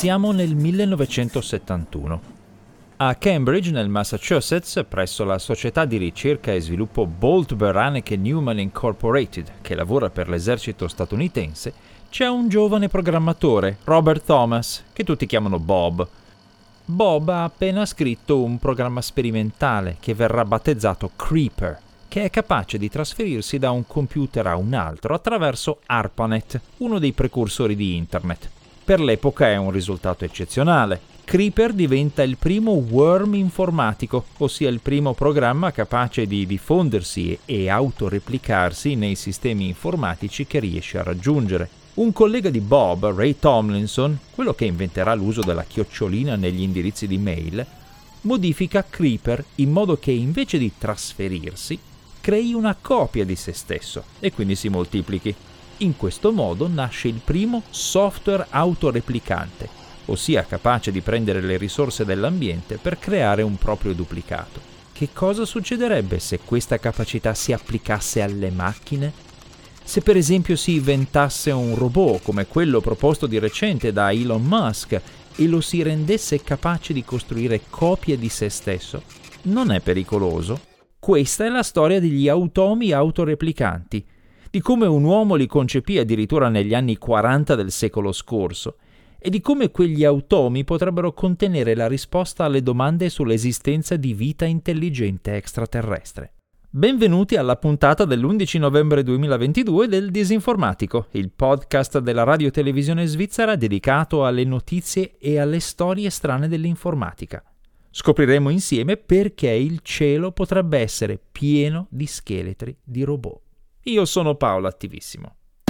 Siamo nel 1971. A Cambridge, nel Massachusetts, presso la società di ricerca e sviluppo Bolt Beranek Newman Incorporated, che lavora per l'esercito statunitense, c'è un giovane programmatore, Robert Thomas, che tutti chiamano Bob. Bob ha appena scritto un programma sperimentale che verrà battezzato Creeper, che è capace di trasferirsi da un computer a un altro attraverso ARPANET, uno dei precursori di Internet. Per l'epoca è un risultato eccezionale. Creeper diventa il primo worm informatico, ossia il primo programma capace di diffondersi e autoreplicarsi nei sistemi informatici che riesce a raggiungere. Un collega di Bob, Ray Tomlinson, quello che inventerà l'uso della chiocciolina negli indirizzi di mail, modifica Creeper in modo che invece di trasferirsi, crei una copia di se stesso e quindi si moltiplichi. In questo modo nasce il primo software autoreplicante, ossia capace di prendere le risorse dell'ambiente per creare un proprio duplicato. Che cosa succederebbe se questa capacità si applicasse alle macchine? Se per esempio si inventasse un robot come quello proposto di recente da Elon Musk e lo si rendesse capace di costruire copie di se stesso, non è pericoloso? Questa è la storia degli automi autoreplicanti, di come un uomo li concepì addirittura negli anni 40 del secolo scorso, e di come quegli automi potrebbero contenere la risposta alle domande sull'esistenza di vita intelligente extraterrestre. Benvenuti alla puntata dell'11 novembre 2022 del Disinformatico, il podcast della radio-televisione svizzera dedicato alle notizie e alle storie strane dell'informatica. Scopriremo insieme perché il cielo potrebbe essere pieno di scheletri di robot. Io sono Paolo Attivissimo.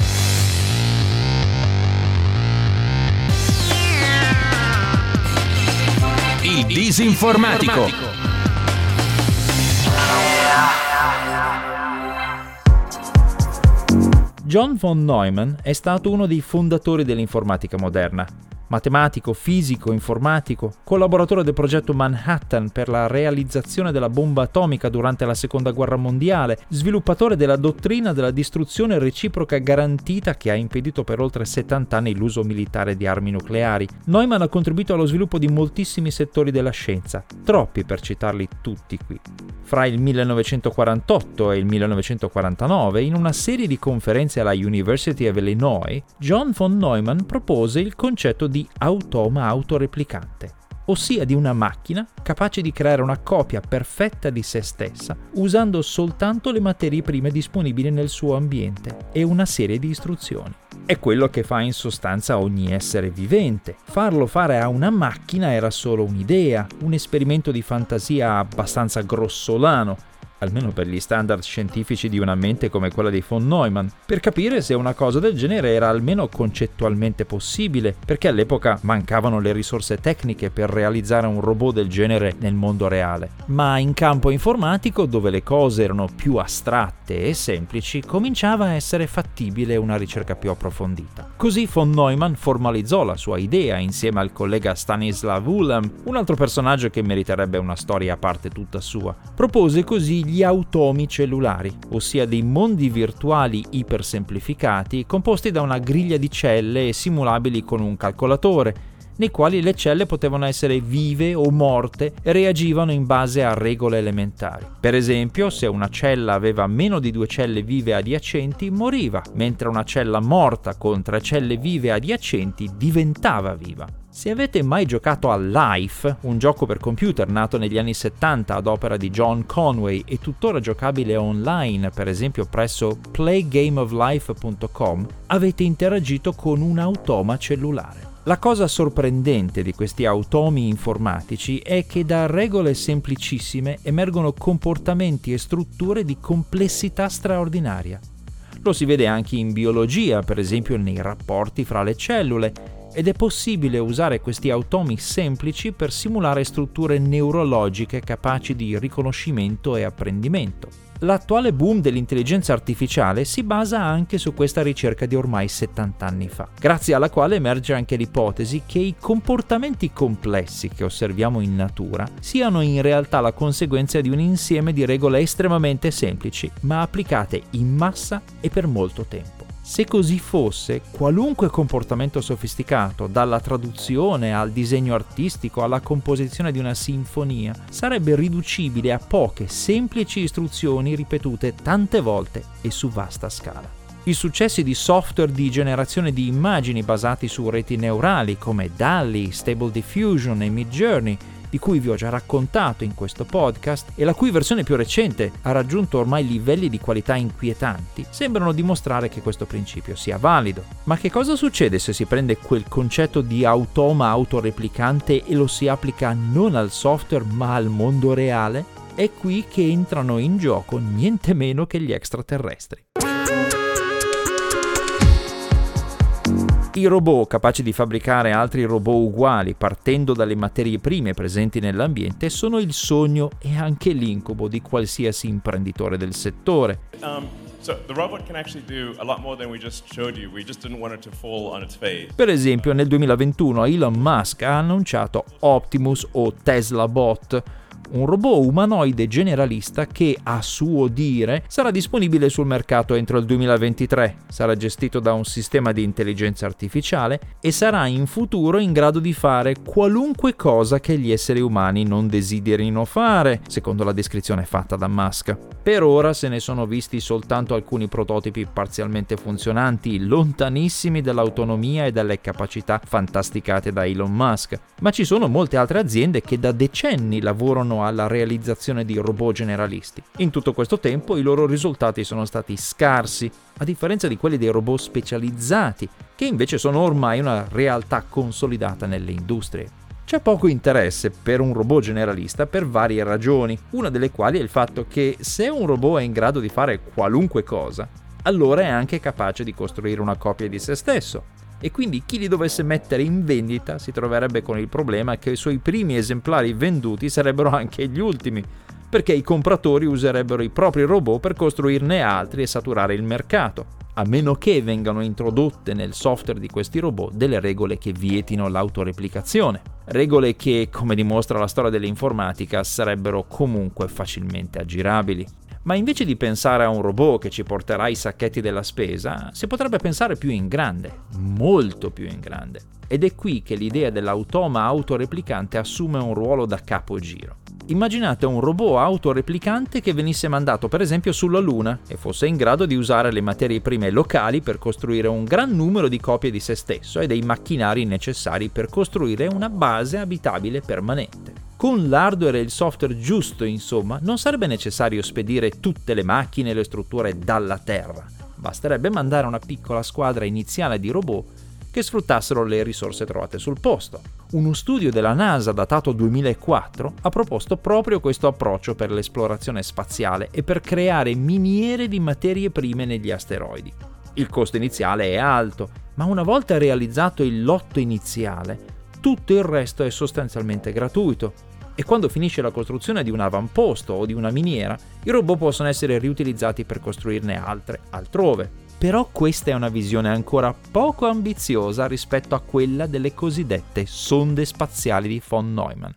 Il Disinformatico. John von Neumann è stato uno dei fondatori dell'informatica moderna. Matematico, fisico, informatico, collaboratore del progetto Manhattan per la realizzazione della bomba atomica durante la Seconda Guerra Mondiale, sviluppatore della dottrina della distruzione reciproca garantita che ha impedito per oltre 70 anni l'uso militare di armi nucleari. Neumann ha contribuito allo sviluppo di moltissimi settori della scienza, troppi per citarli tutti qui. Fra il 1948 e il 1949, in una serie di conferenze alla University of Illinois, John von Neumann propose il concetto di automa autoreplicante, ossia di una macchina capace di creare una copia perfetta di se stessa usando soltanto le materie prime disponibili nel suo ambiente e una serie di istruzioni. È quello che fa in sostanza ogni essere vivente. Farlo fare a una macchina era solo un'idea, un esperimento di fantasia abbastanza grossolano, almeno per gli standard scientifici di una mente come quella di von Neumann, per capire se una cosa del genere era almeno concettualmente possibile, perché all'epoca mancavano le risorse tecniche per realizzare un robot del genere nel mondo reale. Ma in campo informatico, dove le cose erano più astratte e semplici, cominciava a essere fattibile una ricerca più approfondita. Così von Neumann formalizzò la sua idea insieme al collega Stanislav Ulam, un altro personaggio che meriterebbe una storia a parte tutta sua. Propose così gli automi cellulari, ossia dei mondi virtuali ipersemplificati composti da una griglia di celle simulabili con un calcolatore, nei quali le celle potevano essere vive o morte e reagivano in base a regole elementari. Per esempio, se una cella aveva meno di 2 celle vive adiacenti, moriva, mentre una cella morta con 3 celle vive adiacenti diventava viva. Se avete mai giocato a Life, un gioco per computer nato negli anni 70 ad opera di John Conway e tuttora giocabile online, per esempio presso playgameoflife.com, avete interagito con un automa cellulare. La cosa sorprendente di questi automi informatici è che da regole semplicissime emergono comportamenti e strutture di complessità straordinaria. Lo si vede anche in biologia, per esempio nei rapporti fra le cellule, ed è possibile usare questi automi semplici per simulare strutture neurologiche capaci di riconoscimento e apprendimento. L'attuale boom dell'intelligenza artificiale si basa anche su questa ricerca di ormai 70 anni fa, grazie alla quale emerge anche l'ipotesi che i comportamenti complessi che osserviamo in natura siano in realtà la conseguenza di un insieme di regole estremamente semplici, ma applicate in massa e per molto tempo. Se così fosse, qualunque comportamento sofisticato, dalla traduzione al disegno artistico alla composizione di una sinfonia, sarebbe riducibile a poche semplici istruzioni ripetute tante volte e su vasta scala. I successi di software di generazione di immagini basati su reti neurali come DALL-E, Stable Diffusion e Midjourney, di cui vi ho già raccontato in questo podcast e la cui versione più recente ha raggiunto ormai livelli di qualità inquietanti, sembrano dimostrare che questo principio sia valido. Ma che cosa succede se si prende quel concetto di automa autoreplicante e lo si applica non al software ma al mondo reale? È qui che entrano in gioco niente meno che gli extraterrestri. I robot capaci di fabbricare altri robot uguali partendo dalle materie prime presenti nell'ambiente sono il sogno e anche l'incubo di qualsiasi imprenditore del settore. Per esempio, nel 2021 Elon Musk ha annunciato Optimus o Tesla Bot, un robot umanoide generalista che, a suo dire, sarà disponibile sul mercato entro il 2023, sarà gestito da un sistema di intelligenza artificiale e sarà in futuro in grado di fare qualunque cosa che gli esseri umani non desiderino fare, secondo la descrizione fatta da Musk. Per ora se ne sono visti soltanto alcuni prototipi parzialmente funzionanti, lontanissimi dall'autonomia e dalle capacità fantasticate da Elon Musk, ma ci sono molte altre aziende che da decenni lavorano alla realizzazione di robot generalisti. In tutto questo tempo i loro risultati sono stati scarsi, a differenza di quelli dei robot specializzati, che invece sono ormai una realtà consolidata nelle industrie. C'è poco interesse per un robot generalista per varie ragioni, una delle quali è il fatto che se un robot è in grado di fare qualunque cosa, allora è anche capace di costruire una copia di se stesso. E quindi chi li dovesse mettere in vendita si troverebbe con il problema che i suoi primi esemplari venduti sarebbero anche gli ultimi, perché i compratori userebbero i propri robot per costruirne altri e saturare il mercato, a meno che vengano introdotte nel software di questi robot delle regole che vietino l'autoreplicazione. Regole che, come dimostra la storia dell'informatica, sarebbero comunque facilmente aggirabili. Ma invece di pensare a un robot che ci porterà i sacchetti della spesa, si potrebbe pensare più in grande, molto più in grande. Ed è qui che l'idea dell'automa autoreplicante assume un ruolo da capogiro. Immaginate un robot autoreplicante che venisse mandato per esempio sulla Luna e fosse in grado di usare le materie prime locali per costruire un gran numero di copie di se stesso e dei macchinari necessari per costruire una base abitabile permanente. Con l'hardware e il software giusto, insomma, non sarebbe necessario spedire tutte le macchine e le strutture dalla Terra. Basterebbe mandare una piccola squadra iniziale di robot che sfruttassero le risorse trovate sul posto. Uno studio della NASA datato 2004 ha proposto proprio questo approccio per l'esplorazione spaziale e per creare miniere di materie prime negli asteroidi. Il costo iniziale è alto, ma una volta realizzato il lotto iniziale, tutto il resto è sostanzialmente gratuito. E quando finisce la costruzione di un avamposto o di una miniera, i robot possono essere riutilizzati per costruirne altre altrove. Però questa è una visione ancora poco ambiziosa rispetto a quella delle cosiddette sonde spaziali di von Neumann.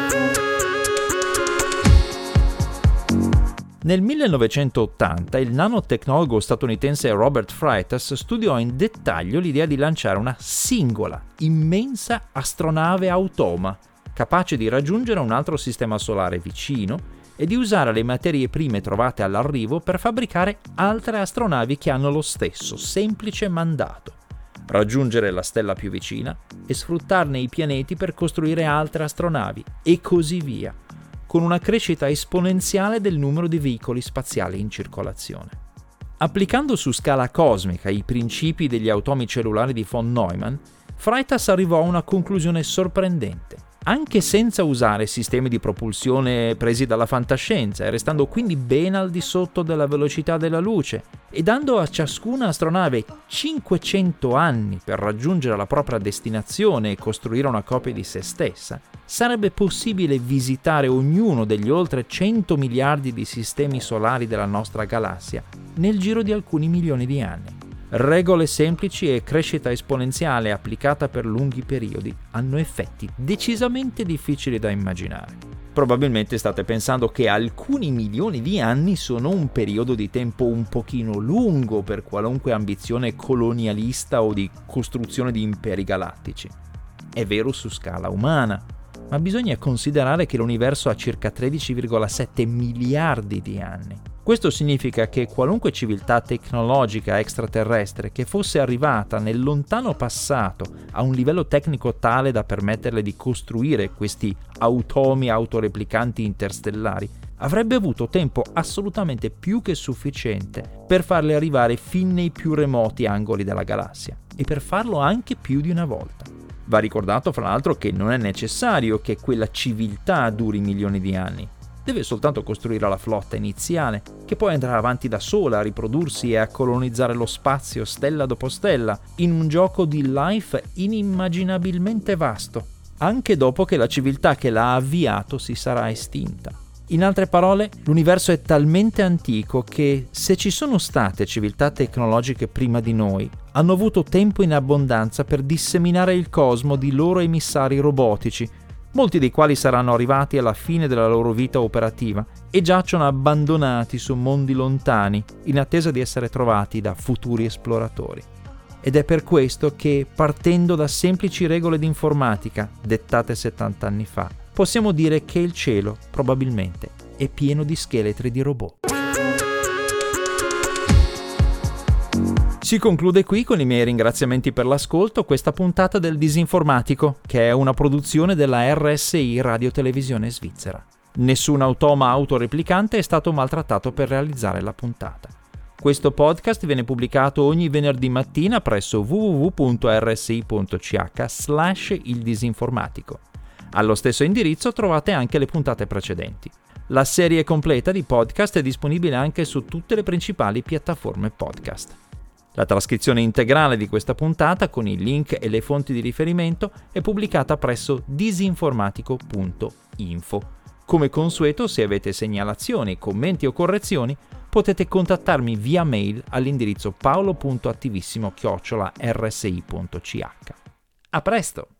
Nel 1980 il nanotecnologo statunitense Robert Freitas studiò in dettaglio l'idea di lanciare una singola, immensa astronave automa, capace di raggiungere un altro sistema solare vicino e di usare le materie prime trovate all'arrivo per fabbricare altre astronavi che hanno lo stesso semplice mandato: raggiungere la stella più vicina e sfruttarne i pianeti per costruire altre astronavi, e così via, con una crescita esponenziale del numero di veicoli spaziali in circolazione. Applicando su scala cosmica i principi degli automi cellulari di von Neumann, Freitas arrivò a una conclusione sorprendente, anche senza usare sistemi di propulsione presi dalla fantascienza e restando quindi ben al di sotto della velocità della luce, e dando a ciascuna astronave 500 anni per raggiungere la propria destinazione e costruire una copia di se stessa, sarebbe possibile visitare ognuno degli oltre 100 miliardi di sistemi solari della nostra galassia nel giro di alcuni milioni di anni. Regole semplici e crescita esponenziale applicata per lunghi periodi hanno effetti decisamente difficili da immaginare. Probabilmente state pensando che alcuni milioni di anni sono un periodo di tempo un pochino lungo per qualunque ambizione colonialista o di costruzione di imperi galattici. È vero su scala umana, ma bisogna considerare che l'universo ha circa 13,7 miliardi di anni. Questo significa che qualunque civiltà tecnologica extraterrestre che fosse arrivata nel lontano passato a un livello tecnico tale da permetterle di costruire questi automi autoreplicanti interstellari avrebbe avuto tempo assolutamente più che sufficiente per farle arrivare fin nei più remoti angoli della galassia e per farlo anche più di una volta. Va ricordato fra l'altro che non è necessario che quella civiltà duri milioni di anni. Deve soltanto costruire la flotta iniziale, che poi andrà avanti da sola a riprodursi e a colonizzare lo spazio stella dopo stella, in un gioco di life inimmaginabilmente vasto, anche dopo che la civiltà che l'ha avviato si sarà estinta. In altre parole, l'universo è talmente antico che, se ci sono state civiltà tecnologiche prima di noi, hanno avuto tempo in abbondanza per disseminare il cosmo di loro emissari robotici, molti dei quali saranno arrivati alla fine della loro vita operativa e giacciono abbandonati su mondi lontani in attesa di essere trovati da futuri esploratori. Ed è per questo che, partendo da semplici regole di informatica dettate 70 anni fa, possiamo dire che il cielo probabilmente è pieno di scheletri di robot. Si conclude qui con i miei ringraziamenti per l'ascolto questa puntata del Disinformatico, che è una produzione della RSI Radio Televisione Svizzera. Nessun automa autoreplicante è stato maltrattato per realizzare la puntata. Questo podcast viene pubblicato ogni venerdì mattina presso www.rsi.ch/ildisinformatico. Allo stesso indirizzo trovate anche le puntate precedenti. La serie completa di podcast è disponibile anche su tutte le principali piattaforme podcast. La trascrizione integrale di questa puntata con i link e le fonti di riferimento è pubblicata presso disinformatico.info. Come consueto, se avete segnalazioni, commenti o correzioni, potete contattarmi via mail all'indirizzo paolo.attivissimo@rsi.ch. A presto!